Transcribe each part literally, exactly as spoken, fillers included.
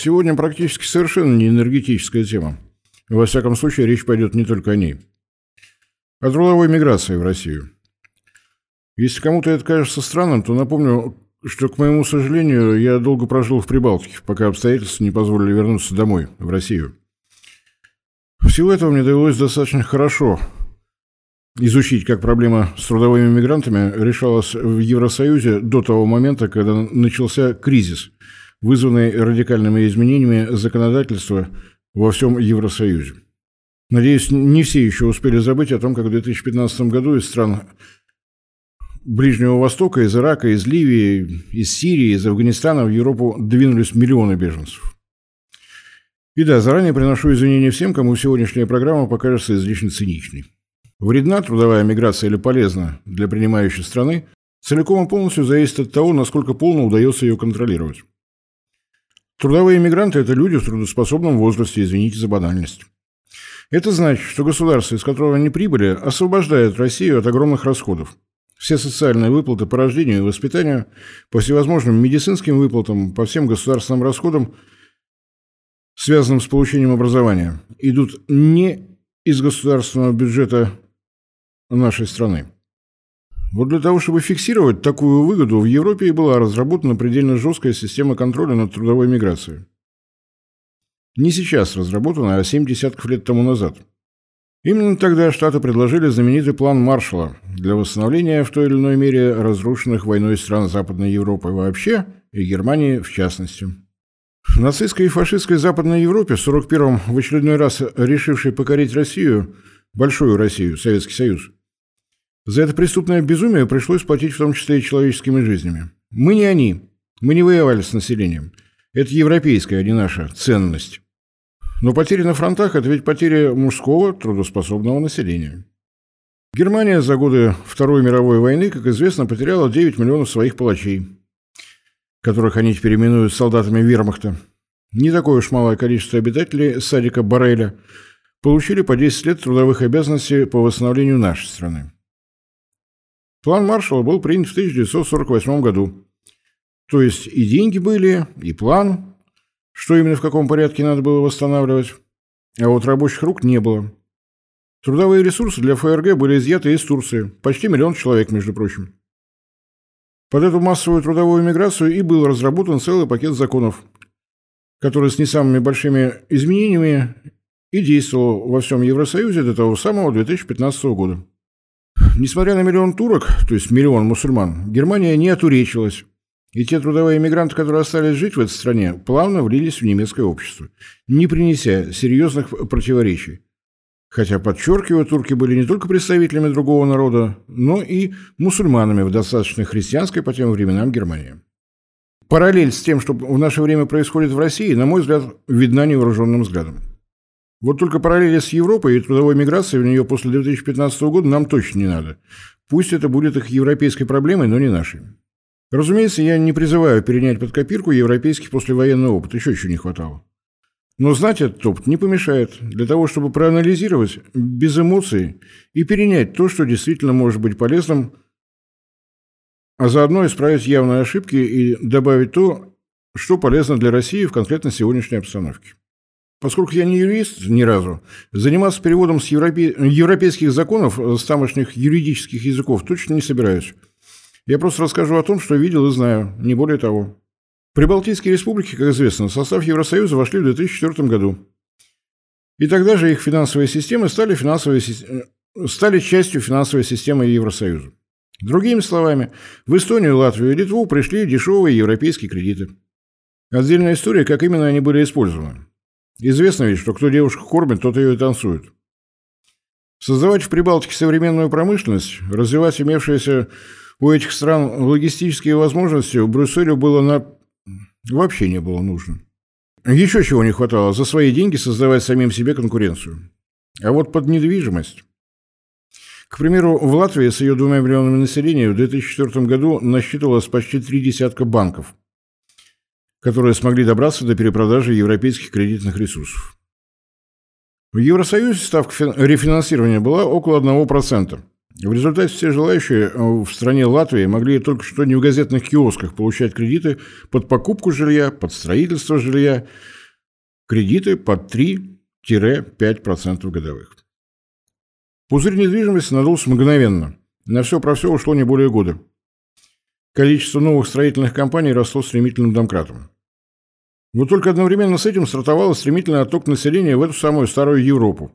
Сегодня практически совершенно не энергетическая тема. Во всяком случае, речь пойдет не только о ней. О трудовой миграции в Россию. Если кому-то это кажется странным, то напомню, что, к моему сожалению, я долго прожил в Прибалтике, пока обстоятельства не позволили вернуться домой, в Россию. В силу этого мне довелось достаточно хорошо изучить, как проблема с трудовыми мигрантами решалась в Евросоюзе до того момента, когда начался кризис, вызванный радикальными изменениями законодательства во всем Евросоюзе. Надеюсь, не все еще успели забыть о том, как в две тысячи пятнадцатом году из стран Ближнего Востока, из Ирака, из Ливии, из Сирии, из Афганистана в Европу двинулись миллионы беженцев. И да, заранее приношу извинения всем, кому сегодняшняя программа покажется излишне циничной. Вредна трудовая миграция или полезна для принимающей страны, целиком и полностью зависит от того, насколько полно удается ее контролировать. Трудовые мигранты – это люди в трудоспособном возрасте, извините за банальность. Это значит, что государство, из которого они прибыли, освобождает Россию от огромных расходов. Все социальные выплаты по рождению и воспитанию, по всевозможным медицинским выплатам, по всем государственным расходам, связанным с получением образования, идут не из государственного бюджета нашей страны. Вот для того, чтобы фиксировать такую выгоду, в Европе и была разработана предельно жесткая система контроля над трудовой миграцией. Не сейчас разработана, а семь десятков лет тому назад. Именно тогда Штаты предложили знаменитый план Маршалла для восстановления в той или иной мере разрушенных войной стран Западной Европы вообще и Германии в частности. В нацистской и фашистской Западной Европе, в сорок первом в очередной раз решившей покорить Россию, большую Россию, Советский Союз, за это преступное безумие пришлось платить в том числе и человеческими жизнями. Мы не они, мы не воевали с населением. Это европейская, а не наша ценность. Но потери на фронтах – это ведь потери мужского трудоспособного населения. Германия за годы Второй мировой войны, как известно, потеряла девять миллионов своих палачей, которых они теперь именуют солдатами вермахта. Не такое уж малое количество обитателей садика Борреля получили по десять лет трудовых обязанностей по восстановлению нашей страны. План Маршалла был принят в тысяча девятьсот сорок восьмом году. То есть и деньги были, и план, что именно в каком порядке надо было восстанавливать, а вот рабочих рук не было. Трудовые ресурсы для ФРГ были изъяты из Турции, почти миллион человек, между прочим. Под эту массовую трудовую миграцию и был разработан целый пакет законов, который с не самыми большими изменениями и действовал во всем Евросоюзе до того самого две тысячи пятнадцатого года. Несмотря на миллион турок, то есть миллион мусульман, Германия не отуречилась. И те трудовые мигранты, которые остались жить в этой стране, плавно влились в немецкое общество, не принеся серьезных противоречий. Хотя, подчеркиваю, турки были не только представителями другого народа, но и мусульманами в достаточно христианской по тем временам Германии. Параллель с тем, что в наше время происходит в России, на мой взгляд, видна невооруженным взглядом. Вот только параллели с Европой и трудовой миграцией в нее после две тысячи пятнадцатого года нам точно не надо. Пусть это будет их европейской проблемой, но не нашей. Разумеется, я не призываю перенять под копирку европейский послевоенный опыт, еще чего не хватало. Но знать этот опыт не помешает для того, чтобы проанализировать без эмоций и перенять то, что действительно может быть полезным, а заодно исправить явные ошибки и добавить то, что полезно для России в конкретно сегодняшней обстановке. Поскольку я не юрист ни разу, заниматься переводом с европе... европейских законов с тамошних юридических языков точно не собираюсь. Я просто расскажу о том, что видел и знаю, не более того. Прибалтийские республики, как известно, в состав Евросоюза вошли в две тысячи четвёртом году. И тогда же их финансовые системы стали, финансовой... стали частью финансовой системы Евросоюза. Другими словами, в Эстонию, Латвию и Литву пришли дешевые европейские кредиты. Отдельная история, как именно они были использованы. Известно ведь, что кто девушку кормит, тот ее и танцует. Создавать в Прибалтике современную промышленность, развивать имевшиеся у этих стран логистические возможности у Брюсселю было на... вообще не было нужно. Еще чего не хватало, за свои деньги создавать самим себе конкуренцию. А вот под недвижимость. К примеру, в Латвии с ее двумя миллионами населения в две тысячи четвёртом году насчитывалось почти три десятка банков, которые смогли добраться до перепродажи европейских кредитных ресурсов. В Евросоюзе ставка рефинансирования была около одного процента. В результате все желающие в стране Латвии могли только что не в газетных киосках получать кредиты под покупку жилья, под строительство жилья, Кредиты под три-пять процентов годовых. Пузырь недвижимости надулся мгновенно. На все про все ушло не более года. Количество новых строительных компаний росло стремительным домкратом. Вот только одновременно с этим стартовал стремительный отток населения в эту самую старую Европу,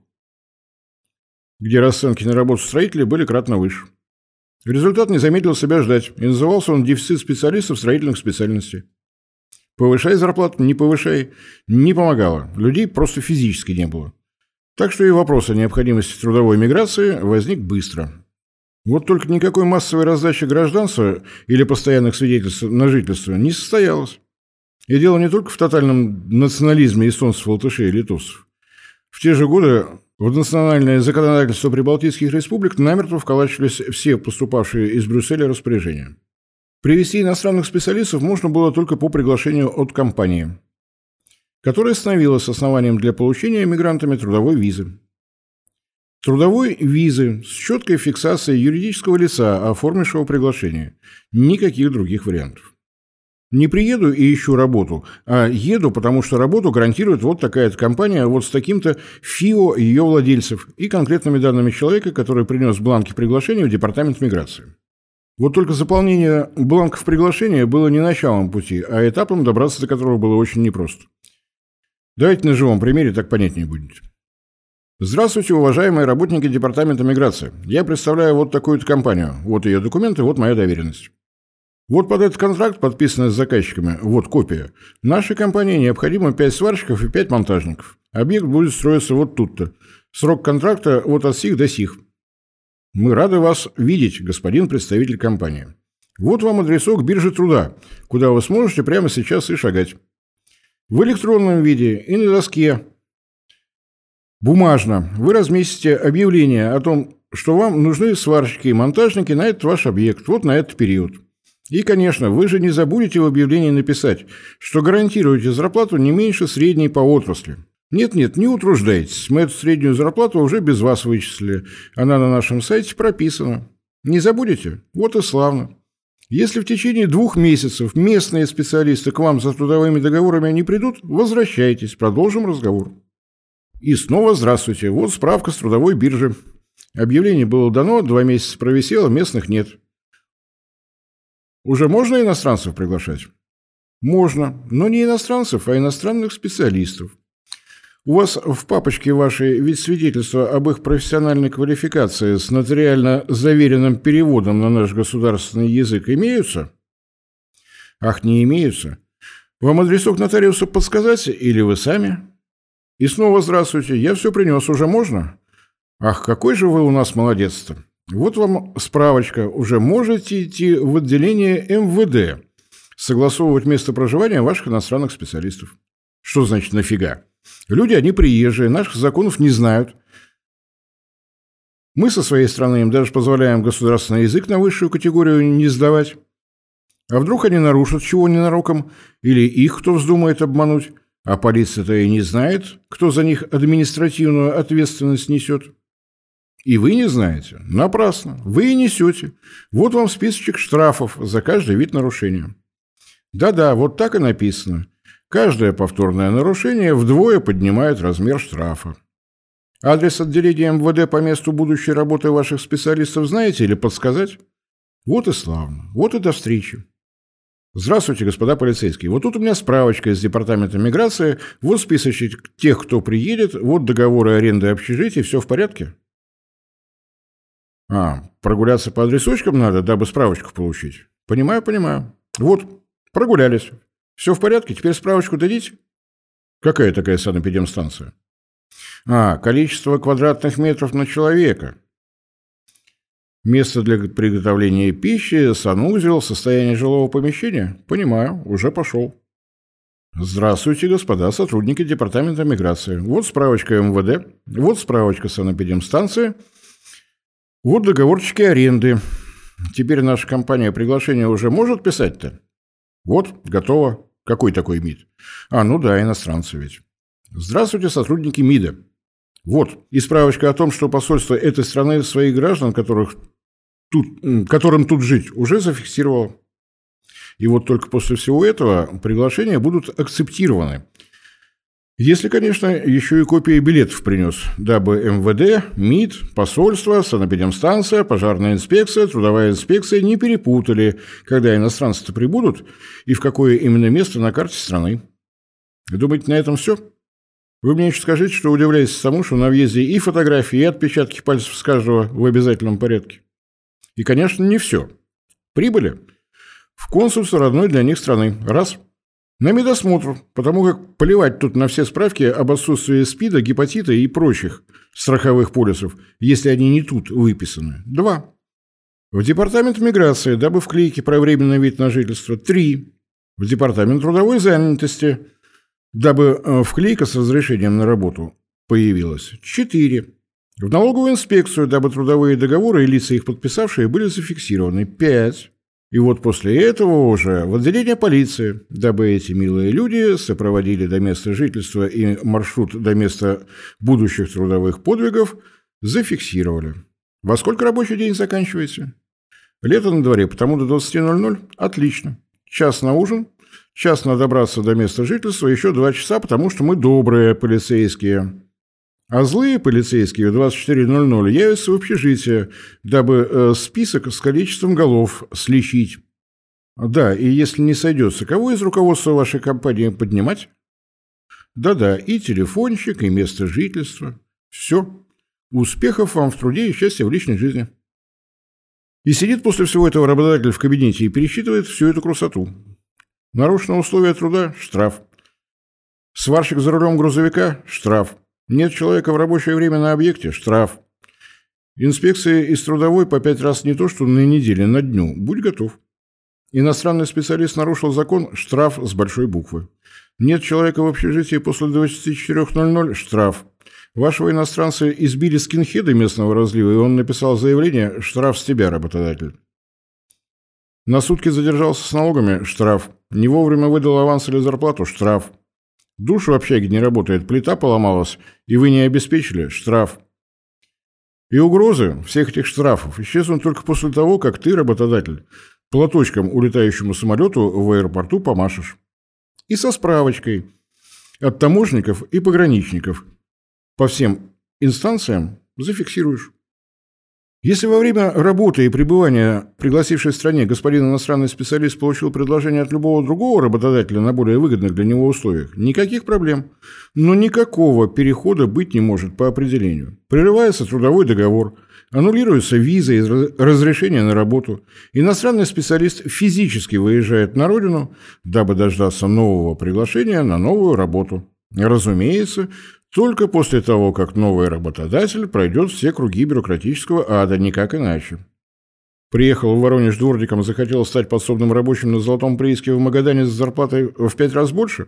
где расценки на работу строителей были кратно выше. Результат не замедлил себя ждать, и назывался он дефицит специалистов строительных специальностей. Повышай зарплату, не повышай, не помогало, людей просто физически не было. Так что и вопрос о необходимости трудовой миграции возник быстро. Вот только никакой массовой раздачи гражданства или постоянных свидетельств на жительство не состоялось. И дело не только в тотальном национализме эстонцев, латышей и литовцев. В те же годы в национальное законодательство прибалтийских республик намертво вколачивались все поступавшие из Брюсселя распоряжения. Привести иностранных специалистов можно было только по приглашению от компании, которая становилась основанием для получения мигрантами трудовой визы. Трудовой визы с четкой фиксацией юридического лица, оформившего приглашение. Никаких других вариантов. Не приеду и ищу работу, а еду, потому что работу гарантирует вот такая-то компания, вот с таким-то ФИО ее владельцев и конкретными данными человека, который принес бланки приглашения в департамент миграции. Вот только заполнение бланков приглашения было не началом пути, а этапом, добраться до которого было очень непросто. Давайте на живом примере, так понятнее будет. Здравствуйте, уважаемые работники департамента миграции. Я представляю вот такую-то компанию. Вот ее документы, вот моя доверенность. Вот под этот контракт, подписанный с заказчиками, вот копия. Нашей компании необходимо пять сварщиков и пять монтажников. Объект будет строиться вот тут-то. Срок контракта вот от сих до сих. Мы рады вас видеть, господин представитель компании. Вот вам адресок биржи труда, куда вы сможете прямо сейчас и шагать. В электронном виде и на доске. Бумажно вы разместите объявление о том, что вам нужны сварщики и монтажники на этот ваш объект, вот на этот период. И, конечно, вы же не забудете в объявлении написать, что гарантируете зарплату не меньше средней по отрасли. Нет-нет, не утруждайтесь, мы эту среднюю зарплату уже без вас вычислили. Она на нашем сайте прописана. Не забудете? Вот и славно. Если в течение двух месяцев местные специалисты к вам за трудовыми договорами не придут, возвращайтесь, продолжим разговор. И снова здравствуйте, вот справка с трудовой биржи. Объявление было дано, два месяца провисело, местных нет. Уже можно иностранцев приглашать? Можно, но не иностранцев, а иностранных специалистов. У вас в папочке вашей ведь свидетельство об их профессиональной квалификации с нотариально заверенным переводом на наш государственный язык имеются? Ах, не имеются. Вам адресок нотариуса подсказать или вы сами? И снова здравствуйте, я все принес, уже можно? Ах, какой же вы у нас молодец-то. Вот вам справочка, уже можете идти в отделение эм вэ дэ, согласовывать место проживания ваших иностранных специалистов. Что значит нафига? Люди, они приезжие, наших законов не знают. Мы со своей стороны им даже позволяем государственный язык на высшую категорию не сдавать. А вдруг они нарушат чего ненароком, или их кто вздумает обмануть, а полиция-то и не знает, кто за них административную ответственность несет. И вы не знаете? Напрасно. Вы и несете. Вот вам списочек штрафов за каждый вид нарушения. Да-да, вот так и написано. Каждое повторное нарушение вдвое поднимает размер штрафа. Адрес отделения эм вэ дэ по месту будущей работы ваших специалистов знаете или подсказать? Вот и славно. Вот и до встречи. Здравствуйте, господа полицейские. Вот тут у меня справочка из департамента миграции. Вот списочек тех, кто приедет. Вот договоры аренды общежития. Все в порядке? А, прогуляться по адресочкам надо, дабы справочку получить. Понимаю, понимаю. Вот, прогулялись. Все в порядке, теперь справочку дадите? Какая такая санэпидемстанция? А, количество квадратных метров на человека. Место для приготовления пищи, санузел, состояние жилого помещения? Понимаю, уже пошел. Здравствуйте, господа сотрудники департамента миграции. Вот справочка эм вэ дэ, вот справочка санэпидемстанции. Вот договорчики аренды. Теперь наша компания приглашение уже может писать-то? Вот, готово. Какой такой МИД? А, ну да, иностранцы ведь. Здравствуйте, сотрудники МИДа. Вот, и справочка о том, что посольство этой страны своих граждан, которых тут, которым тут жить, уже зафиксировало. И вот только после всего этого приглашения будут акцептированы. Если, конечно, еще и копии билетов принес, дабы эм вэ дэ, МИД, посольство, санэпидемстанция, пожарная инспекция, трудовая инспекция не перепутали, когда иностранцы-то прибудут и в какое именно место на карте страны. Думаете, на этом все? Вы мне еще скажите, что удивляетесь тому, что на въезде и фотографии, и отпечатки пальцев с каждого в обязательном порядке. И, конечно, не все. Прибыли в консульство родной для них страны. Раз. На медосмотр, потому как плевать тут на все справки об отсутствии СПИДа, гепатита и прочих страховых полисов, если они не тут выписаны. Два. В департамент миграции, дабы вклейки про временный вид на жительство. Три. В департамент трудовой занятости, дабы вклейка с разрешением на работу появилась. Четыре. В налоговую инспекцию, дабы трудовые договоры и лица, их подписавшие, были зафиксированы. Пять. И вот после этого уже в отделение полиции, дабы эти милые люди сопроводили до места жительства и маршрут до места будущих трудовых подвигов, зафиксировали. Во сколько рабочий день заканчивается? Лето на дворе, потому до двадцати ноль-ноль. Отлично. Час на ужин, час на добраться до места жительства, еще два часа, потому что мы добрые полицейские. А злые полицейские в двадцать четыре ноль-ноль явятся в общежитие, дабы э, список с количеством голов сличить. Да, и если не сойдется, кого из руководства вашей компании поднимать? Да-да, и телефончик, и место жительства. Все. Успехов вам в труде и счастья в личной жизни. И сидит после всего этого работодатель в кабинете и пересчитывает всю эту красоту. Нарушено условие труда – штраф. Сварщик за рулем грузовика – штраф. Нет человека в рабочее время на объекте – штраф. Инспекции из трудовой по пять раз не то, что на неделе, на дню. Будь готов. Иностранный специалист нарушил закон – штраф с большой буквы. Нет человека в общежитии после двадцати четырёх ноль-ноль – штраф. Вашего иностранца избили скинхеды местного разлива, и он написал заявление – штраф с тебя, работодатель. На сутки задержался с налогами – штраф. Не вовремя выдал аванс или зарплату – штраф. Душ в общаге не работает, плита поломалась, и вы не обеспечили – штраф. И угрозы всех этих штрафов исчезнут только после того, как ты, работодатель, платочком улетающему самолету в аэропорту помашешь. И со справочкой от таможенников и пограничников по всем инстанциям зафиксируешь. Если во время работы и пребывания в пригласившей стране господин иностранный специалист получил предложение от любого другого работодателя на более выгодных для него условиях, никаких проблем. Но никакого перехода быть не может по определению. Прерывается трудовой договор, аннулируется виза и разрешение на работу. Иностранный специалист физически выезжает на родину, дабы дождаться нового приглашения на новую работу. Разумеется, только после того, как новый работодатель пройдет все круги бюрократического ада, никак иначе. Приехал в Воронеж дворником и захотел стать подсобным рабочим на Золотом прииске в Магадане с зарплатой в пять раз больше?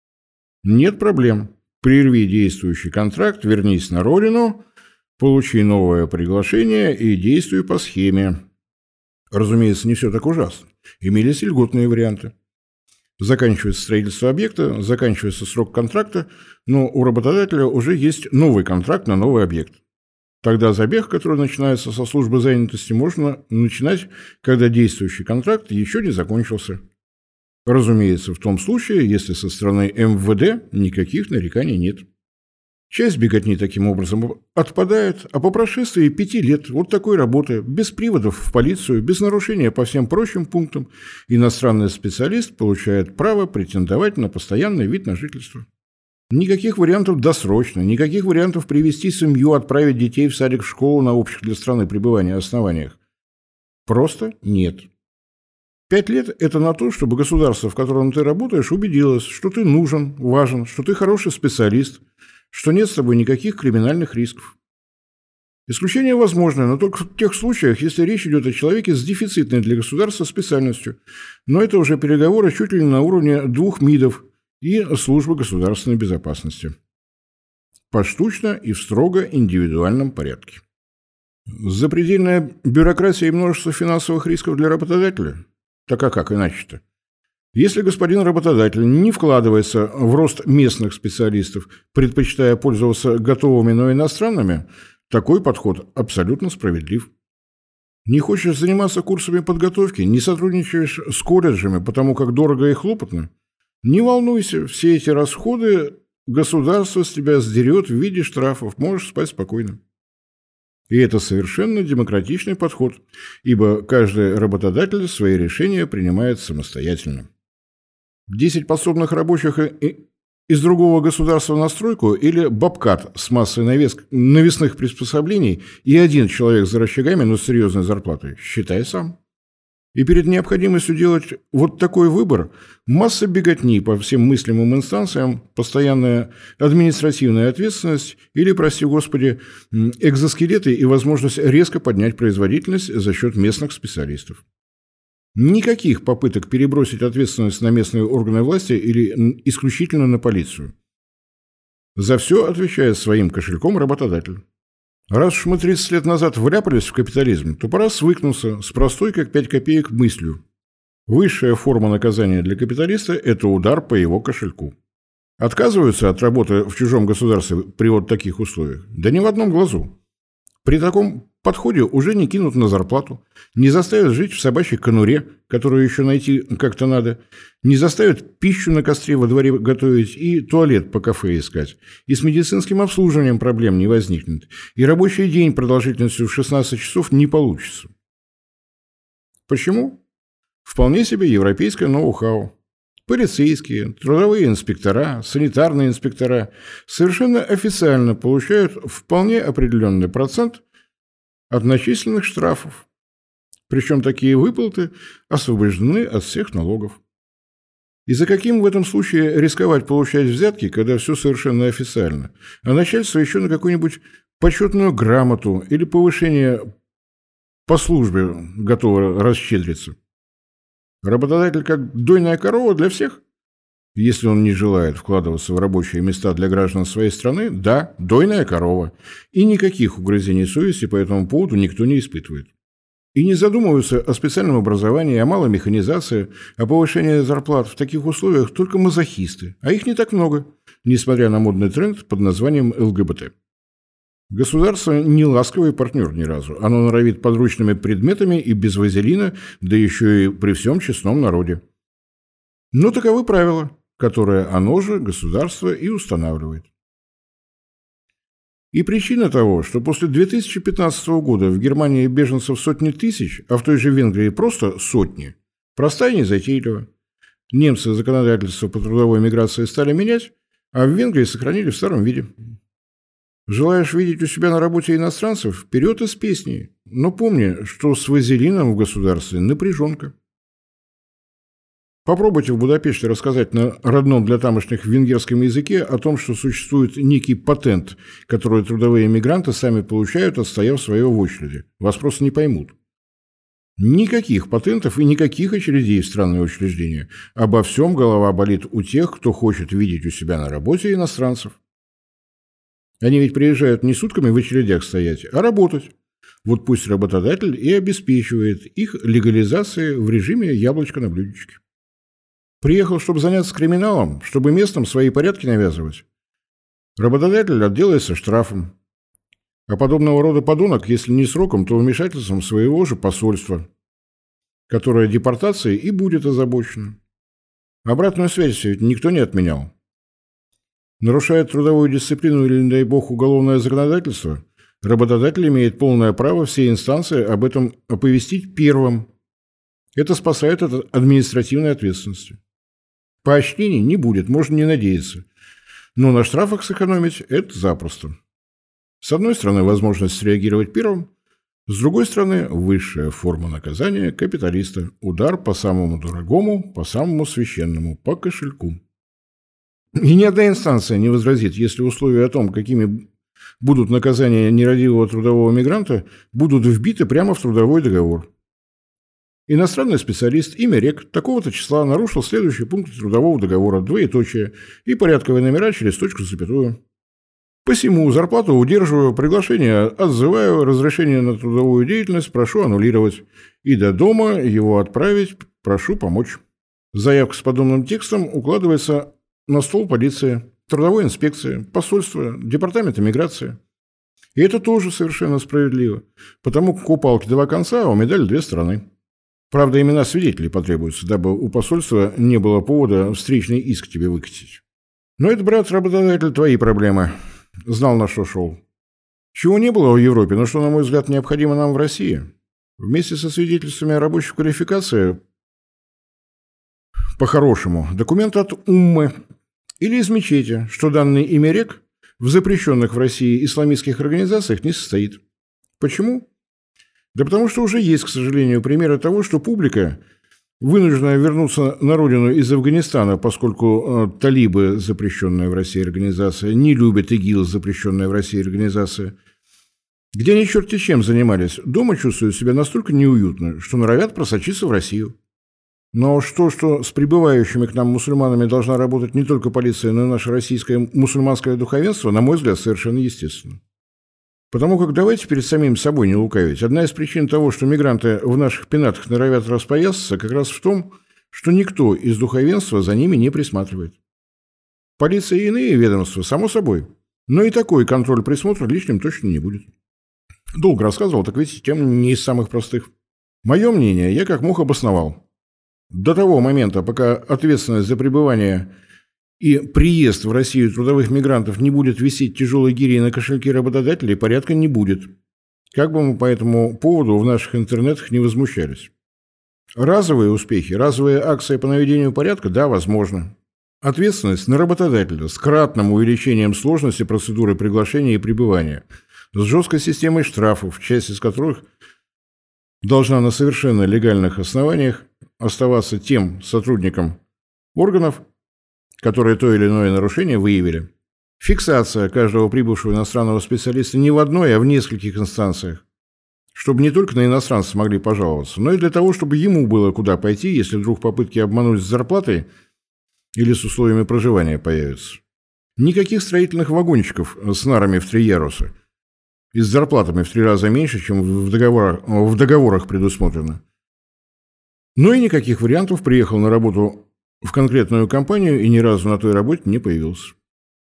Нет проблем. Прерви действующий контракт, вернись на родину, получи новое приглашение и действуй по схеме. Разумеется, не все так ужасно. Имелись и льготные варианты. Заканчивается строительство объекта, заканчивается срок контракта, но у работодателя уже есть новый контракт на новый объект. Тогда забег, который начинается со службы занятости, можно начинать, когда действующий контракт еще не закончился. Разумеется, в том случае, если со стороны эм вэ дэ никаких нареканий нет. Часть беготни таким образом отпадает, а по прошествии пяти лет вот такой работы, без приводов в полицию, без нарушения по всем прочим пунктам, иностранный специалист получает право претендовать на постоянный вид на жительство. Никаких вариантов досрочно, никаких вариантов привести семью, отправить детей в садик, в школу на общих для страны пребывания основаниях. Просто нет. Пять лет – это на то, чтобы государство, в котором ты работаешь, убедилось, что ты нужен, важен, что ты хороший специалист, что нет с тобой никаких криминальных рисков. Исключение возможно, но только в тех случаях, если речь идет о человеке с дефицитной для государства специальностью. Но это уже переговоры чуть ли не на уровне двух МИДов и службы государственной безопасности. Поштучно и в строго индивидуальном порядке. Запредельная бюрократия и множество финансовых рисков для работодателя? Так а как иначе-то? Если господин работодатель не вкладывается в рост местных специалистов, предпочитая пользоваться готовыми, но иностранными, такой подход абсолютно справедлив. Не хочешь заниматься курсами подготовки, не сотрудничаешь с колледжами, потому как дорого и хлопотно? Не волнуйся, все эти расходы государство с тебя сдерет в виде штрафов, можешь спать спокойно. И это совершенно демократичный подход, ибо каждый работодатель свои решения принимает самостоятельно. Десять подсобных рабочих из другого государства на стройку или бобкат с массой навес... навесных приспособлений и один человек за рычагами, но с серьезной зарплатой, считай сам. И перед необходимостью делать вот такой выбор масса беготни по всем мыслимым инстанциям, постоянная административная ответственность или, прости господи, экзоскелеты и возможность резко поднять производительность за счет местных специалистов. Никаких попыток перебросить ответственность на местные органы власти или исключительно на полицию. За все отвечает своим кошельком работодатель. Раз уж мы тридцать лет назад вляпались в капитализм, то пора свыкнуться с простой, как пять копеек, мыслью. Высшая форма наказания для капиталиста – это удар по его кошельку. Отказываются от работы в чужом государстве при вот таких условиях? Да ни в одном глазу. При таком подходе уже не кинут на зарплату, не заставят жить в собачьей конуре, которую еще найти как-то надо, не заставят пищу на костре во дворе готовить и туалет по кафе искать, и с медицинским обслуживанием проблем не возникнет, и рабочий день продолжительностью в шестнадцать часов не получится. Почему? Вполне себе европейское ноу-хау. Полицейские, трудовые инспектора, санитарные инспектора совершенно официально получают вполне определенный процент от начисленных штрафов. Причем такие выплаты освобождены от всех налогов. И за каким в этом случае рисковать получать взятки, когда все совершенно официально, а начальство еще на какую-нибудь почетную грамоту или повышение по службе готово расщедриться? Работодатель как дойная корова для всех? Если он не желает вкладываться в рабочие места для граждан своей страны, да, дойная корова. И никаких угрызений совести по этому поводу никто не испытывает. И не задумываются о специальном образовании, о малой механизации, о повышении зарплат в таких условиях только мазохисты. А их не так много, несмотря на модный тренд под названием эл гэ бэ тэ. Государство не ласковый партнер ни разу. Оно норовит подручными предметами и без вазелина, да еще и при всем честном народе. Но таковы правила, которые оно же, государство, и устанавливает. И причина того, что после две тысячи пятнадцатого года в Германии беженцев сотни тысяч, а в той же Венгрии просто сотни, простая и незатейлива. Немцы законодательство по трудовой миграции стали менять, а в Венгрии сохранили в старом виде. Желаешь видеть у себя на работе иностранцев? Вперед из песни. Но помни, что с вазелином в государстве напряженка. Попробуйте в Будапеште рассказать на родном для тамошних венгерском языке о том, что существует некий патент, который трудовые мигранты сами получают, отстояв свое в очереди. Вас просто не поймут. Никаких патентов и никаких очередей в странные учреждения. Обо всем голова болит у тех, кто хочет видеть у себя на работе иностранцев. Они ведь приезжают не сутками в очередях стоять, а работать. Вот пусть работодатель и обеспечивает их легализацией в режиме яблочко на блюдечке. Приехал, чтобы заняться криминалом, чтобы местным свои порядки навязывать. Работодатель отделается штрафом. А подобного рода подонок, если не сроком, то вмешательством своего же посольства, которое депортацией и будет озабочено. Обратную связь ведь никто не отменял. Нарушает трудовую дисциплину или, не дай бог, уголовное законодательство, работодатель имеет полное право все инстанции об этом оповестить первым. Это спасает от административной ответственности. Поощрений не будет, можно не надеяться. Но на штрафах сэкономить – это запросто. С одной стороны, возможность среагировать первым, с другой стороны, высшая форма наказания капиталиста – удар по самому дорогому, по самому священному, по кошельку. И ни одна инстанция не возразит, если условия о том, какими будут наказания нерадивого трудового мигранта, будут вбиты прямо в трудовой договор. Иностранный специалист, имя рек, такого-то числа нарушил следующий пункт трудового договора, двоеточие, и порядковые номера через точку запятую. Посему зарплату удерживаю, приглашение отзываю, разрешение на трудовую деятельность прошу аннулировать. И до дома его отправить прошу помочь. Заявка с подобным текстом укладывается на стол полиции, трудовой инспекции, посольства, департамента миграции. И это тоже совершенно справедливо, потому как у палки два конца, а у медали две стороны. Правда, имена свидетелей потребуются, дабы у посольства не было повода встречный иск тебе выкатить. Но это, брат, работодатель, твои проблемы. Знал, на что шел. Чего не было в Европе, но что, на мой взгляд, необходимо нам в России. Вместе со свидетельствами о рабочей квалификации, по-хорошему, документ от Уммы или из мечети, что данный ими рек в запрещенных в России исламистских организациях не состоит. Почему? Да потому что уже есть, к сожалению, примеры того, что публика, вынуждена вернуться на родину из Афганистана, поскольку э, талибы, запрещенная в России организация, не любят ИГИЛ, запрещенная в России организация, где они черти чем занимались, дома чувствуют себя настолько неуютно, что норовят просочиться в Россию. Но что, что с прибывающими к нам мусульманами должна работать не только полиция, но и наше российское мусульманское духовенство, на мой взгляд, совершенно естественно. Потому как давайте перед самим собой не лукавить. Одна из причин того, что мигранты в наших пенатах норовят распоясаться, как раз в том, что никто из духовенства за ними не присматривает. Полиция и иные ведомства, само собой. Но и такой контроль-присмотр лишним точно не будет. Долго рассказывал, так ведь тема не из самых простых. Мое мнение я как мог обосновал. До того момента, пока ответственность за пребывание и приезд в Россию трудовых мигрантов не будет висеть тяжелой гирей на кошельке работодателей, порядка не будет. Как бы мы по этому поводу в наших интернетах не возмущались. Разовые успехи, разовые акции по наведению порядка, да, возможно. Ответственность на работодателя с кратным увеличением сложности процедуры приглашения и пребывания, с жесткой системой штрафов, часть из которых должна на совершенно легальных основаниях оставаться тем сотрудникам органов, которые то или иное нарушение выявили. Фиксация каждого прибывшего иностранного специалиста не в одной, а в нескольких инстанциях, чтобы не только на иностранцев могли пожаловаться, но и для того, чтобы ему было куда пойти, если вдруг попытки обмануть с зарплатой или с условиями проживания появятся. Никаких строительных вагончиков с нарами в три яруса и с зарплатами в три раза меньше, чем в договорах, в договорах предусмотрено. Но и никаких вариантов приехал на работу в конкретную компанию и ни разу на той работе не появился.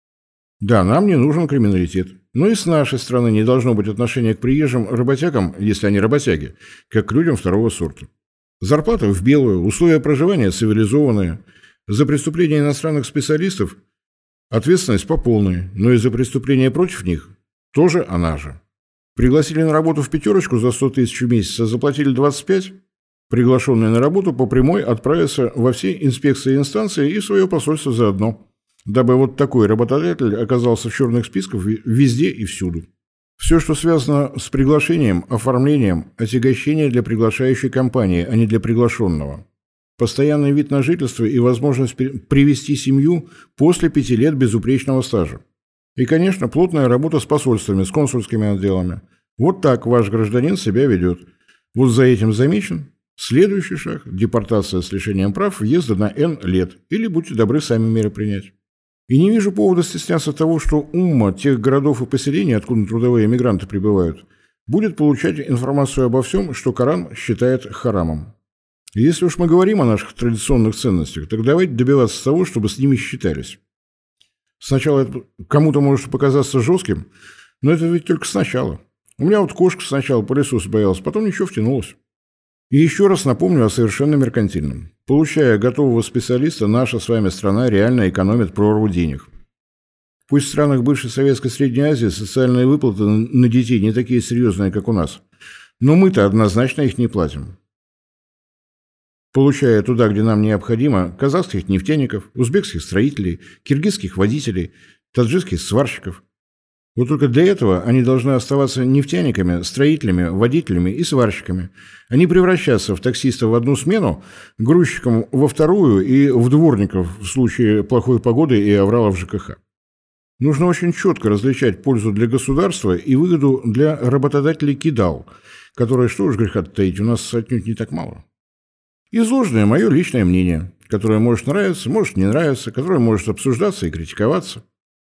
Да, нам не нужен криминалитет. Но и с нашей стороны не должно быть отношения к приезжим работягам, если они работяги, как к людям второго сорта. Зарплата в белую, условия проживания цивилизованные. За преступления иностранных специалистов ответственность по полной, но и за преступления против них тоже она же. Пригласили на работу в пятерочку за сто тысяч в месяц, а заплатили двадцать пять. Приглашенные на работу по прямой отправятся во все инспекции и инстанции и в свое посольство заодно, дабы вот такой работодатель оказался в черных списках везде и всюду. Все, что связано с приглашением, оформлением, отягощение для приглашающей компании, а не для приглашенного. Постоянный вид на жительство и возможность привести семью после пяти лет безупречного стажа. И, конечно, плотная работа с посольствами, с консульскими отделами. Вот так ваш гражданин себя ведет. Вот за этим замечен. Следующий шаг – депортация с лишением прав, въезда на N лет. Или будьте добры сами меры принять. И не вижу повода стесняться того, что умма тех городов и поселений, откуда трудовые мигранты прибывают, будет получать информацию обо всем, что Коран считает харамом. И если уж мы говорим о наших традиционных ценностях, так давайте добиваться того, чтобы с ними считались. Сначала это кому-то может показаться жестким, но это ведь только сначала. У меня вот кошка сначала пылесос боялась, потом ничего втянулась. И еще раз напомню о совершенно меркантильном. Получая готового специалиста, наша с вами страна реально экономит прорву денег. Пусть в странах бывшей Советской Средней Азии социальные выплаты на детей не такие серьезные, как у нас, но мы-то однозначно их не платим. Получая туда, где нам необходимо, казахских нефтяников, узбекских строителей, киргизских водителей, таджикских сварщиков. Вот только для этого они должны оставаться нефтяниками, строителями, водителями и сварщиками, а не превращаться в таксистов в одну смену, грузчиком во вторую и в дворников в случае плохой погоды и авралов ЖКХ. Нужно очень четко различать пользу для государства и выгоду для работодателей кидал, которые, что уж греха таить, у нас отнюдь не так мало. Изложенное мое личное мнение, которое может нравиться, может не нравиться, которое может обсуждаться и критиковаться.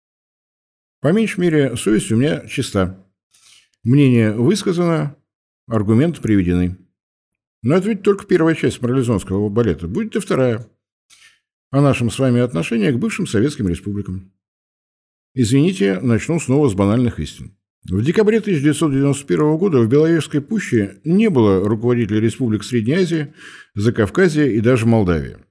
По меньшей мере, совесть у меня чиста. Мнение высказано, аргументы приведены. Но это ведь только первая часть марлезонского балета. Будет и вторая. О нашем с вами отношении к бывшим советским республикам. Извините, начну снова с банальных истин. В декабре тысяча девятьсот девяносто первого года в Беловежской пуще не было руководителей республик Средней Азии, Закавказья и даже Молдавии.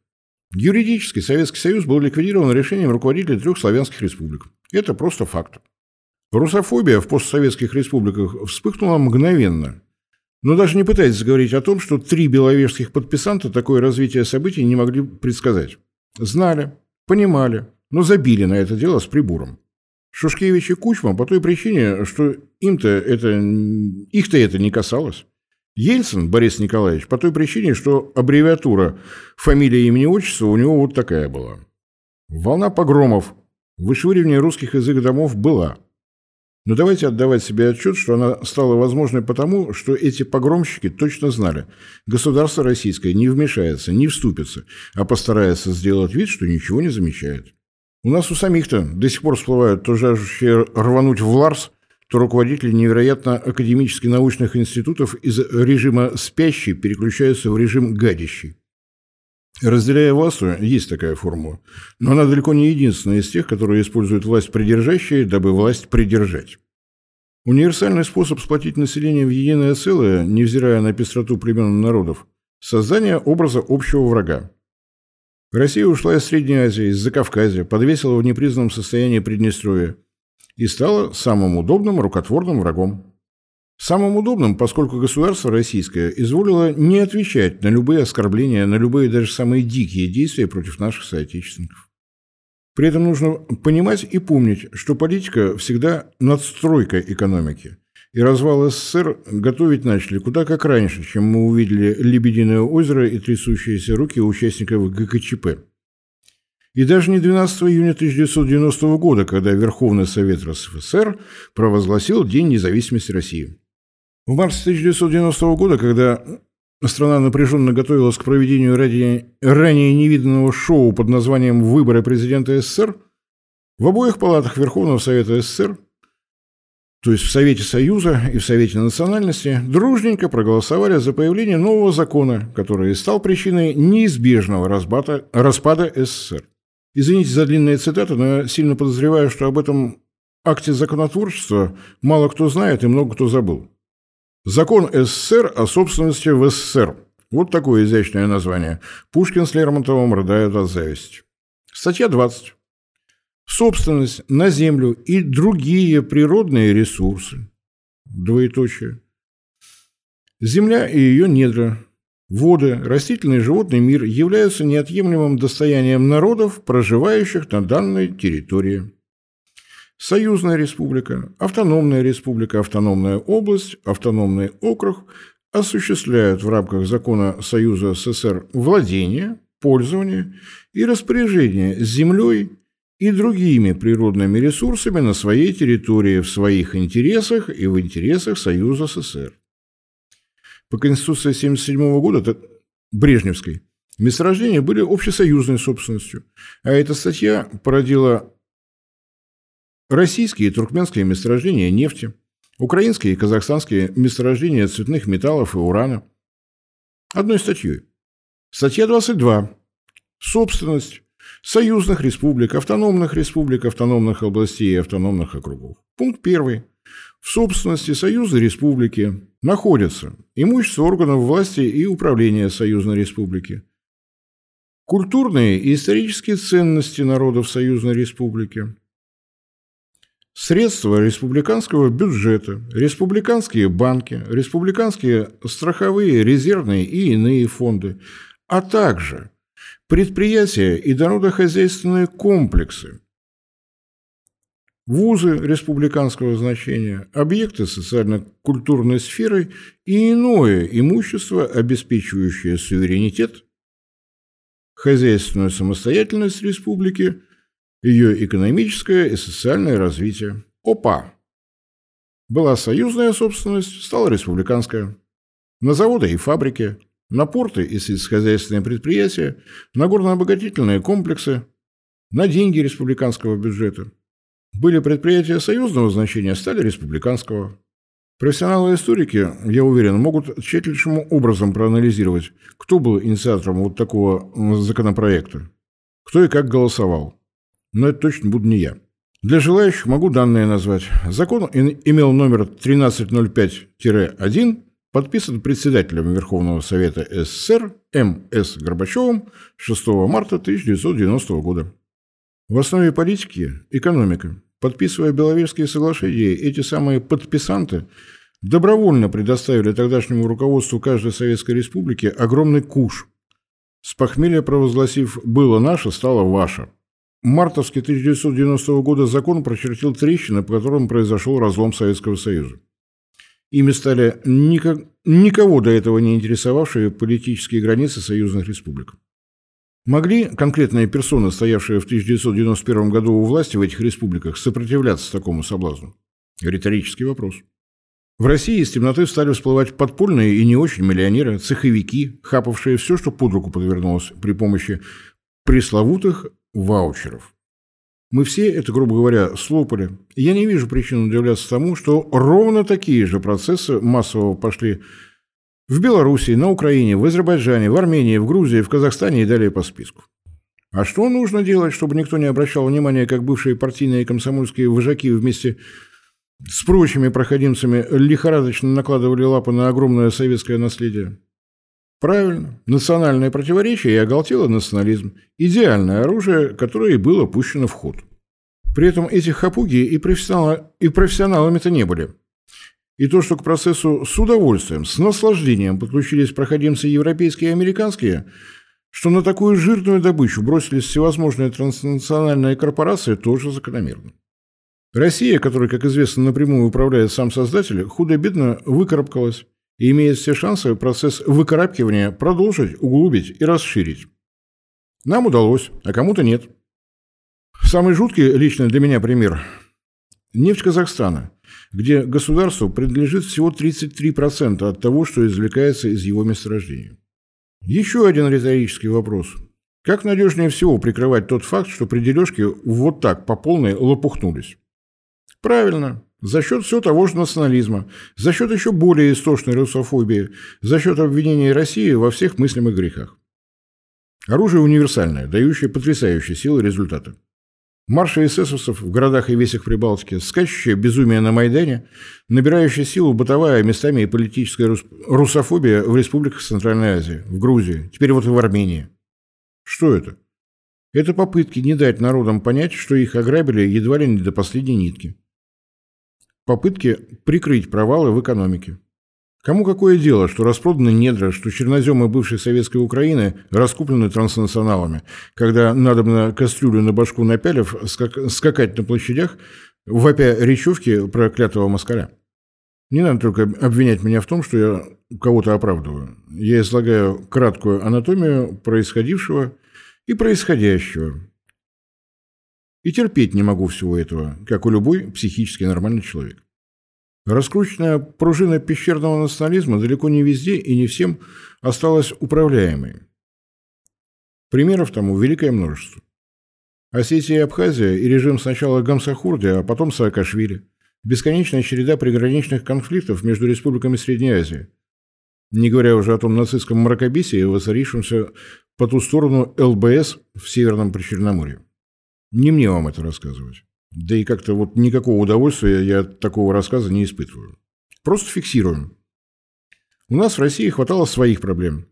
Юридически Советский Союз был ликвидирован решением руководителей трех славянских республик. Это просто факт. Русофобия в постсоветских республиках вспыхнула мгновенно. Но даже не пытайтесь говорить о том, что три беловежских подписанта такое развитие событий не могли предсказать. Знали, понимали, но забили на это дело с прибором. Шушкевич и Кучма по той причине, что им-то это, их-то это не касалось. Ельцин Борис Николаевич по той причине, что аббревиатура фамилия, имени, отчества у него вот такая была. Волна погромов, вышвыривание русских из их домов была. Но давайте отдавать себе отчет, что она стала возможной потому, что эти погромщики точно знали. Государство российское не вмешается, не вступится, а постарается сделать вид, что ничего не замечает. У нас у самих-то до сих пор всплывают то жаждущие рвануть в Ларс, то руководители невероятно академически научных институтов из режима «спящий» переключаются в режим «гадящий». Разделяя власть, есть такая формула, но она далеко не единственная из тех, которые используют власть придержащие, дабы власть придержать. Универсальный способ сплотить население в единое целое, невзирая на пестроту племен и народов – создание образа общего врага. Россия ушла из Средней Азии, из Закавказья, подвесила в непризнанном состоянии Приднестровья и стала самым удобным рукотворным врагом. Самым удобным, поскольку государство российское изволило не отвечать на любые оскорбления, на любые даже самые дикие действия против наших соотечественников. При этом нужно понимать и помнить, что политика всегда надстройка экономики. И развал СССР готовить начали куда как раньше, чем мы увидели «Лебединое озеро» и трясущиеся руки участников ГКЧП. И даже не двенадцатого июня тысяча девятьсот девяностого года, когда Верховный Совет РСФСР провозгласил День независимости России. В марте тысяча девятьсот девяностого года, когда страна напряженно готовилась к проведению ранее, ранее невиданного шоу под названием «Выборы президента СССР», в обоих палатах Верховного Совета СССР, то есть в Совете Союза и в Совете национальности, дружненько проголосовали за появление нового закона, который стал причиной неизбежного разбата, распада СССР. Извините за длинные цитаты, но я сильно подозреваю, что об этом акте законотворчества мало кто знает и много кто забыл. Закон СССР о собственности в СССР. Вот такое изящное название. Пушкин с Лермонтовым рыдают от зависти. Статья двадцать. Собственность на землю и другие природные ресурсы. Двоеточие. Земля и ее недра, воды, растительный и животный мир являются неотъемлемым достоянием народов, проживающих на данной территории. Союзная республика, автономная республика, автономная область, автономный округ осуществляют в рамках закона Союза СССР владение, пользование и распоряжение землей и другими природными ресурсами на своей территории в своих интересах и в интересах Союза СССР. По Конституции тысяча девятьсот семьдесят седьмого года, Брежневской, месторождения были общесоюзной собственностью, а эта статья породила российские и туркменские месторождения нефти, украинские и казахстанские месторождения цветных металлов и урана. Одной статьей. Статья двадцать два. Собственность союзных республик, автономных республик, автономных областей и автономных округов. Пункт первый. В собственности союзной республики находятся имущество органов власти и управления союзной республики, культурные и исторические ценности народов союзной республики, средства республиканского бюджета, республиканские банки, республиканские страховые, резервные и иные фонды, а также предприятия и народохозяйственные комплексы, вузы республиканского значения, объекты социально-культурной сферы и иное имущество, обеспечивающее суверенитет, хозяйственную самостоятельность республики, ее экономическое и социальное развитие. Опа! Была союзная собственность, стала республиканская. На заводы и фабрики, на порты и сельскохозяйственные предприятия, на горно-обогатительные комплексы, на деньги республиканского бюджета. Были предприятия союзного значения, стали республиканского. Профессионалы-историки, я уверен, могут тщательнейшим образом проанализировать, кто был инициатором вот такого законопроекта, кто и как голосовал. Но это точно буду не я. Для желающих могу данные назвать. Закон имел номер тринадцать ноль пять один подписан председателем Верховного Совета СССР М С Горбачевым шестого марта тысяча девятьсот девяностого года. В основе политики – экономика. Подписывая Беловежские соглашения, эти самые подписанты добровольно предоставили тогдашнему руководству каждой Советской Республики огромный куш, с похмелья провозгласив «было наше, стало ваше». Мартовский тысяча девятьсот девяностого года закон прочертил трещины, по которым произошел разлом Советского Союза. Ими стали никак, никого до этого не интересовавшие политические границы союзных республик. Могли конкретные персоны, стоявшие в тысяча девятьсот девяносто первом году у власти в этих республиках, сопротивляться такому соблазну? Риторический вопрос. В России из темноты стали всплывать подпольные и не очень миллионеры, цеховики, хапавшие все, что под руку подвернулось при помощи пресловутых ваучеров. Мы все это, грубо говоря, слопали. И я не вижу причин удивляться тому, что ровно такие же процессы массово пошли в Белоруссии, на Украине, в Азербайджане, в Армении, в Грузии, в Казахстане и далее по списку. А что нужно делать, чтобы никто не обращал внимания, как бывшие партийные и комсомольские вожаки вместе с прочими проходимцами лихорадочно накладывали лапы на огромное советское наследие? Правильно, национальное противоречие и оголтелый национализм – идеальное оружие, которое и было пущено в ход. При этом эти хапуги и, профессионалы, и профессионалами-то не были. И то, что к процессу с удовольствием, с наслаждением подключились проходимцы европейские и американские, что на такую жирную добычу бросились всевозможные транснациональные корпорации, тоже закономерно. Россия, которой, как известно, напрямую управляет сам создатель, худо-бедно выкарабкалась и имеет все шансы процесс выкарабкивания продолжить, углубить и расширить. Нам удалось, а кому-то нет. Самый жуткий лично для меня пример – нефть Казахстана, где государству принадлежит всего тридцать три процента от того, что извлекается из его месторождения. Еще один риторический вопрос. Как надежнее всего прикрывать тот факт, что при дележке вот так по полной лопухнулись? Правильно. За счет все того же национализма, за счет еще более истошной русофобии, за счет обвинения России во всех мыслимых грехах. Оружие универсальное, дающее потрясающие силы результаты. Марши эсэсовцев в городах и весях Прибалтики, скачущее безумие на Майдане, набирающая силу бытовая, местами и политическая рус... русофобия в республиках Центральной Азии, в Грузии, теперь вот и в Армении. Что это? Это попытки не дать народам понять, что их ограбили едва ли не до последней нитки. Попытки прикрыть провалы в экономике. Кому какое дело, что распроданы недра, что черноземы бывшей советской Украины раскуплены транснационалами, когда надобно кастрюлю на башку напялив, скак- скакать на площадях, вопя речевки про клятого москаля? Не надо только обвинять меня в том, что я кого-то оправдываю. Я излагаю краткую анатомию происходившего и происходящего. И терпеть не могу всего этого, как у любой психически нормальный человек. Раскрученная пружина пещерного национализма далеко не везде и не всем осталась управляемой. Примеров тому великое множество. Осетия и Абхазия и режим сначала Гамсахурди, а потом Саакашвили. Бесконечная череда приграничных конфликтов между республиками Средней Азии. Не говоря уже о том нацистском мракобесии, воцарившемся по ту сторону эл бэ эс в Северном Причерноморье. Не мне вам это рассказывать. Да и как-то вот никакого удовольствия я от такого рассказа не испытываю. Просто фиксируем. У нас в России хватало своих проблем.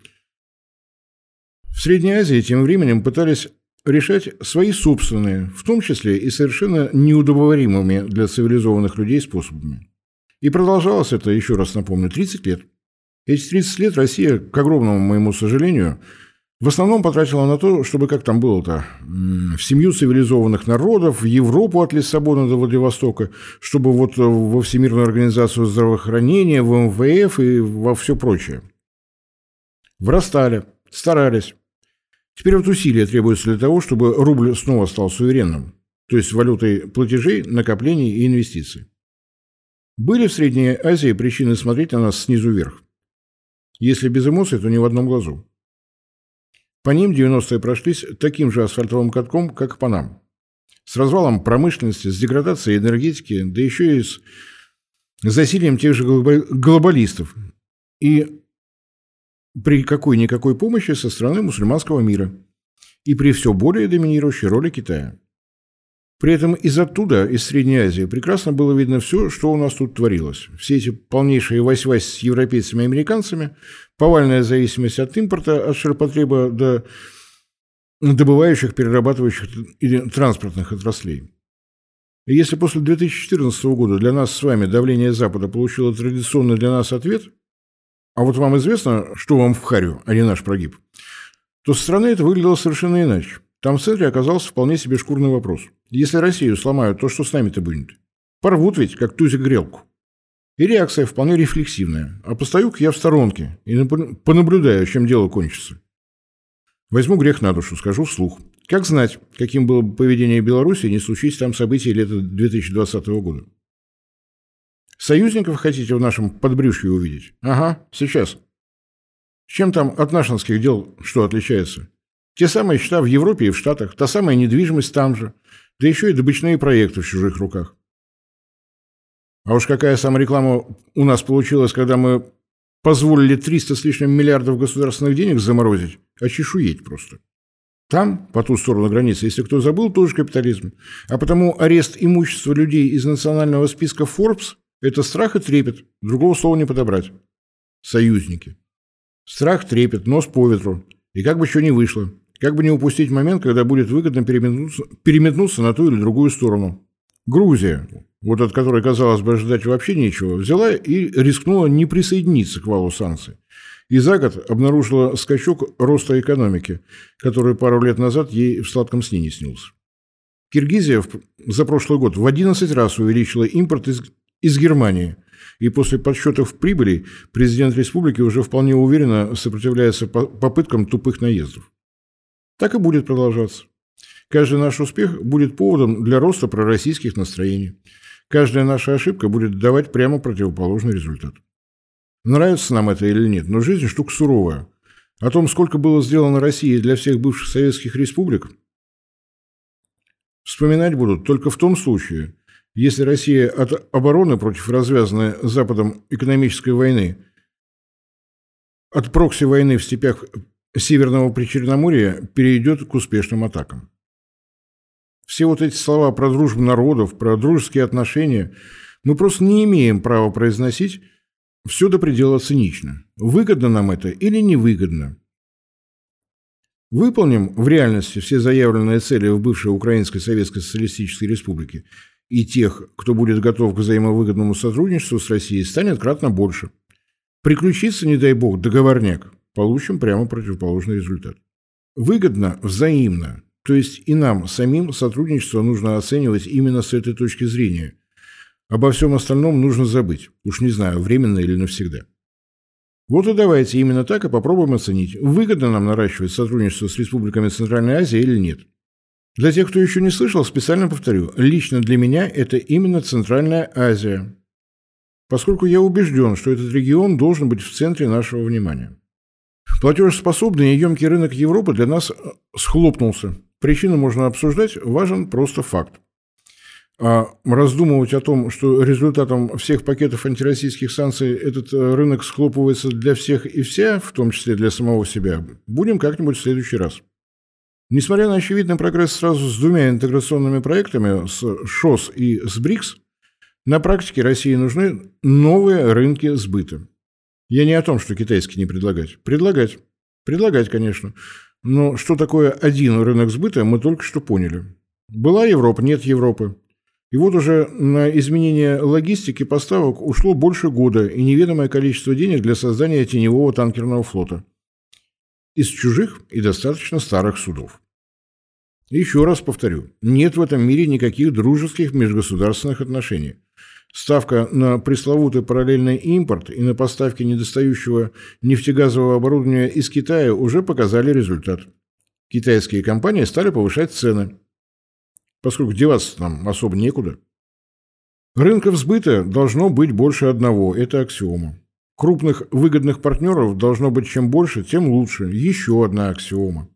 В Средней Азии тем временем пытались решать свои собственные, в том числе и совершенно неудобоваримыми для цивилизованных людей способами. И продолжалось это, еще раз напомню, тридцать лет. Эти тридцать лет Россия, к огромному моему сожалению, в основном потратила на то, чтобы, как там было-то, в семью цивилизованных народов, в Европу от Лиссабона до Владивостока, чтобы вот во Всемирную организацию здравоохранения, в эм вэ эф и во все прочее. Врастали, старались. Теперь вот усилия требуются для того, чтобы рубль снова стал суверенным, то есть валютой платежей, накоплений и инвестиций. Были в Средней Азии причины смотреть на нас снизу вверх. Если без эмоций, то ни в одном глазу. По ним девяностые прошлись таким же асфальтовым катком, как и по нам. С развалом промышленности, с деградацией энергетики, да еще и с засилием тех же глобалистов. И при какой-никакой помощи со стороны мусульманского мира. И при все более доминирующей роли Китая. При этом из оттуда, из Средней Азии, прекрасно было видно все, что у нас тут творилось. Все эти полнейшие вась-вась с европейцами и американцами, повальная зависимость от импорта, от ширпотреба до добывающих, перерабатывающих или транспортных отраслей. И если после две тысячи четырнадцатого года для нас с вами давление Запада получило традиционный для нас ответ, а вот вам известно, что вам в харю, а не наш прогиб, то со стороны это выглядело совершенно иначе. Там в центре оказался вполне себе шкурный вопрос. Если Россию сломают, то что с нами-то будет? Порвут ведь, как тузик грелку. И реакция вполне рефлексивная. А постою-ка я в сторонке и понаблюдаю, чем дело кончится. Возьму грех на душу, скажу вслух. Как знать, каким было бы поведение Беларуси, не случись там событий лета две тысячи двадцатого года. Союзников хотите в нашем подбрюшье увидеть? Ага, сейчас. Чем там от нашинских дел что отличается? Те самые счета в Европе и в Штатах, та самая недвижимость там же, да еще и добычные проекты в чужих руках. А уж какая самореклама у нас получилась, когда мы позволили триста с лишним миллиардов государственных денег заморозить, очешуеть просто. Там, по ту сторону границы, если кто забыл, тоже капитализм. А потому арест имущества людей из национального списка Forbes – это страх и трепет, другого слова не подобрать. Союзники. Страх, трепет, нос по ветру. И как бы что ни вышло. Как бы не упустить момент, когда будет выгодно переметнуться, переметнуться на ту или другую сторону. Грузия, вот от которой, казалось бы, ожидать вообще нечего, взяла и рискнула не присоединиться к валу санкций. И за год обнаружила скачок роста экономики, который пару лет назад ей в сладком сне не снился. Киргизия за прошлый год в одиннадцать раз увеличила импорт из, из Германии. И после подсчетов прибыли президент республики уже вполне уверенно сопротивляется попыткам тупых наездов. Так и будет продолжаться. Каждый наш успех будет поводом для роста пророссийских настроений. Каждая наша ошибка будет давать прямо противоположный результат. Нравится нам это или нет, но жизнь штука суровая. О том, сколько было сделано Россией для всех бывших советских республик, вспоминать будут только в том случае, если Россия от обороны против развязанной Западом экономической войны, от прокси-войны в степях Северного Причерноморья перейдет к успешным атакам. Все вот эти слова про дружбу народов, про дружеские отношения мы просто не имеем права произносить все до предела цинично. Выгодно нам это или невыгодно? Выполним в реальности все заявленные цели в бывшей Украинской Советской Социалистической Республике, и тех, кто будет готов к взаимовыгодному сотрудничеству с Россией, станет кратно больше. Приключится, не дай бог, договорняк, получим прямо противоположный результат. Выгодно взаимно, то есть и нам самим сотрудничество нужно оценивать именно с этой точки зрения. Обо всем остальном нужно забыть, уж не знаю, временно или навсегда. Вот и давайте именно так и попробуем оценить, выгодно нам наращивать сотрудничество с республиками Центральной Азии или нет. Для тех, кто еще не слышал, специально повторю, лично для меня это именно Центральная Азия, поскольку я убежден, что этот регион должен быть в центре нашего внимания. Платежеспособный и емкий рынок Европы для нас схлопнулся. Причину можно обсуждать, важен просто факт. А раздумывать о том, что результатом всех пакетов антироссийских санкций этот рынок схлопывается для всех и вся, в том числе для самого себя, будем как-нибудь в следующий раз. Несмотря на очевидный прогресс сразу с двумя интеграционными проектами, с ШОС и с БРИКС, на практике России нужны новые рынки сбыта. Я не о том, что китайский не предлагать. Предлагать. Предлагать, конечно. Но что такое один рынок сбыта, мы только что поняли. Была Европа, нет Европы. И вот уже на изменение логистики поставок ушло больше года и неведомое количество денег для создания теневого танкерного флота. Из чужих и достаточно старых судов. Еще раз повторю, нет в этом мире никаких дружеских межгосударственных отношений. Ставка на пресловутый параллельный импорт и на поставки недостающего нефтегазового оборудования из Китая уже показали результат. Китайские компании стали повышать цены, поскольку деваться нам особо некуда. Рынков сбыта должно быть больше одного, это аксиома. Крупных выгодных партнеров должно быть чем больше, тем лучше. Еще одна аксиома.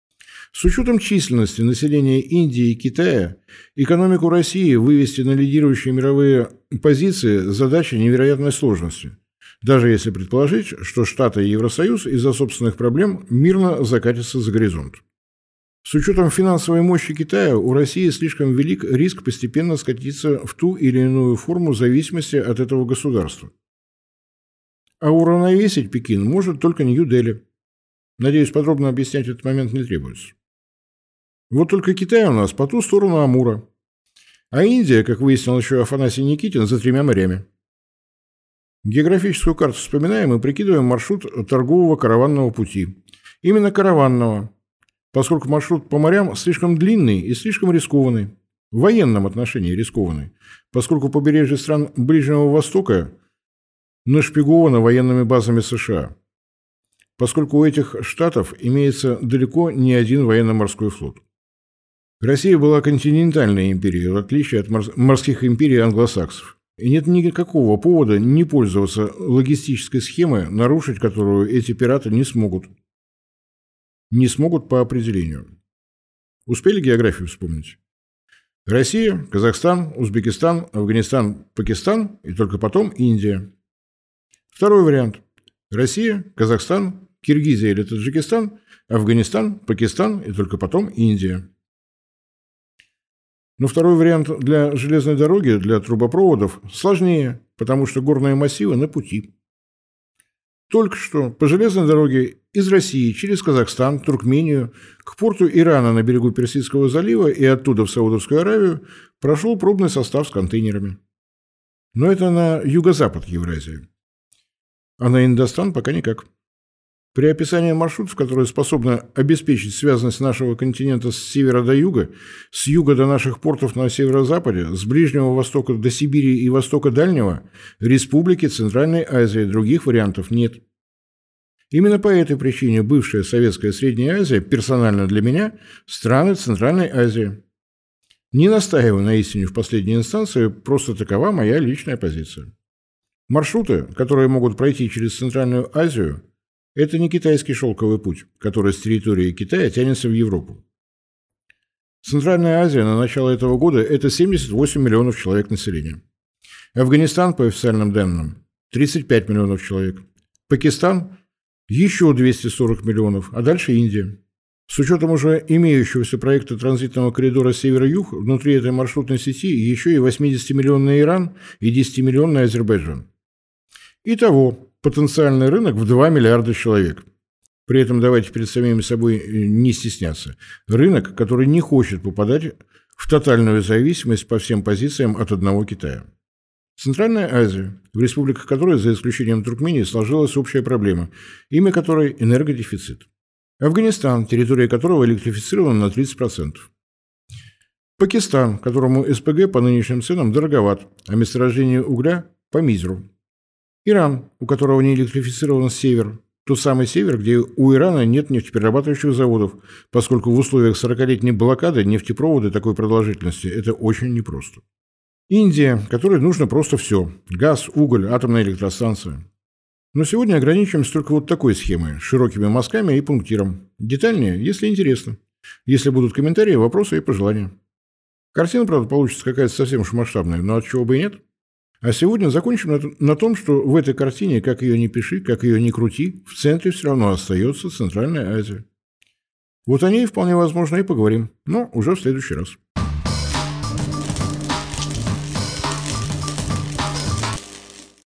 С учетом численности населения Индии и Китая, экономику России вывести на лидирующие мировые позиции – задача невероятной сложности, даже если предположить, что Штаты и Евросоюз из-за собственных проблем мирно закатятся за горизонт. С учетом финансовой мощи Китая у России слишком велик риск постепенно скатиться в ту или иную форму зависимости от этого государства. А уравновесить Пекин может только Нью-Дели. Надеюсь, подробно объяснять этот момент не требуется. Вот только Китай у нас по ту сторону Амура, а Индия, как выяснил еще Афанасий Никитин, за тремя морями. Географическую карту вспоминаем и прикидываем маршрут торгового караванного пути. Именно караванного, поскольку маршрут по морям слишком длинный и слишком рискованный, в военном отношении рискованный, поскольку побережье стран Ближнего Востока нашпиговано военными базами США, поскольку у этих штатов имеется далеко не один военно-морской флот. Россия была континентальной империей, в отличие от морских империй англосаксов. И нет никакого повода не пользоваться логистической схемой, нарушить которую эти пираты не смогут. Не смогут по определению. Успели географию вспомнить? Россия, Казахстан, Узбекистан, Афганистан, Пакистан и только потом Индия. Второй вариант. Россия, Казахстан, Киргизия или Таджикистан, Афганистан, Пакистан и только потом Индия. Но второй вариант для железной дороги, для трубопроводов, сложнее, потому что горные массивы на пути. Только что по железной дороге из России через Казахстан, Туркмению, к порту Ирана на берегу Персидского залива и оттуда в Саудовскую Аравию прошел пробный состав с контейнерами. Но это на юго-запад Евразии. А на Индостан пока никак. При описании маршрутов, которые способны обеспечить связанность нашего континента с севера до юга, с юга до наших портов на северо-западе, с Ближнего Востока до Сибири и Востока Дальнего, Республики Центральной Азии, других вариантов нет. Именно по этой причине бывшая Советская Средняя Азия, персонально для меня, страны Центральной Азии. Не настаиваю на истине в последней инстанции, просто такова моя личная позиция. Маршруты, которые могут пройти через Центральную Азию, это не китайский шелковый путь, который с территории Китая тянется в Европу. Центральная Азия на начало этого года – это семьдесят восемь миллионов человек населения. Афганистан, по официальным данным, тридцать пять миллионов человек. Пакистан – еще двести сорок миллионов, а дальше Индия. С учетом уже имеющегося проекта транзитного коридора север-юг, внутри этой маршрутной сети еще и восьмидесятимиллионный Иран и десятимиллионный Азербайджан. Итого, потенциальный рынок в два миллиарда человек. При этом давайте перед самими собой не стесняться. Рынок, который не хочет попадать в тотальную зависимость по всем позициям от одного Китая. Центральная Азия, в республиках которой, за исключением Туркмении, сложилась общая проблема, имя которой – энергодефицит. Афганистан, территория которого электрифицирована на тридцать процентов. Пакистан, которому СПГ по нынешним ценам дороговат, а месторождение угля – по мизеру. Иран, у которого не электрифицирован север, тот самый север, где у Ирана нет нефтеперерабатывающих заводов, поскольку в условиях сорокалетней блокады нефтепроводы такой продолжительности – это очень непросто. Индия, которой нужно просто все – газ, уголь, атомная электростанция. Но сегодня ограничимся только вот такой схемой, с широкими мазками и пунктиром. Детальнее, если интересно. Если будут комментарии, вопросы и пожелания. Картина, правда, получится какая-то совсем уж масштабная, но от чего бы и нет. А сегодня закончим на, на том, что в этой картине, как ее ни пиши, как ее ни крути, в центре все равно остается Центральная Азия. Вот о ней вполне возможно и поговорим, но уже в следующий раз.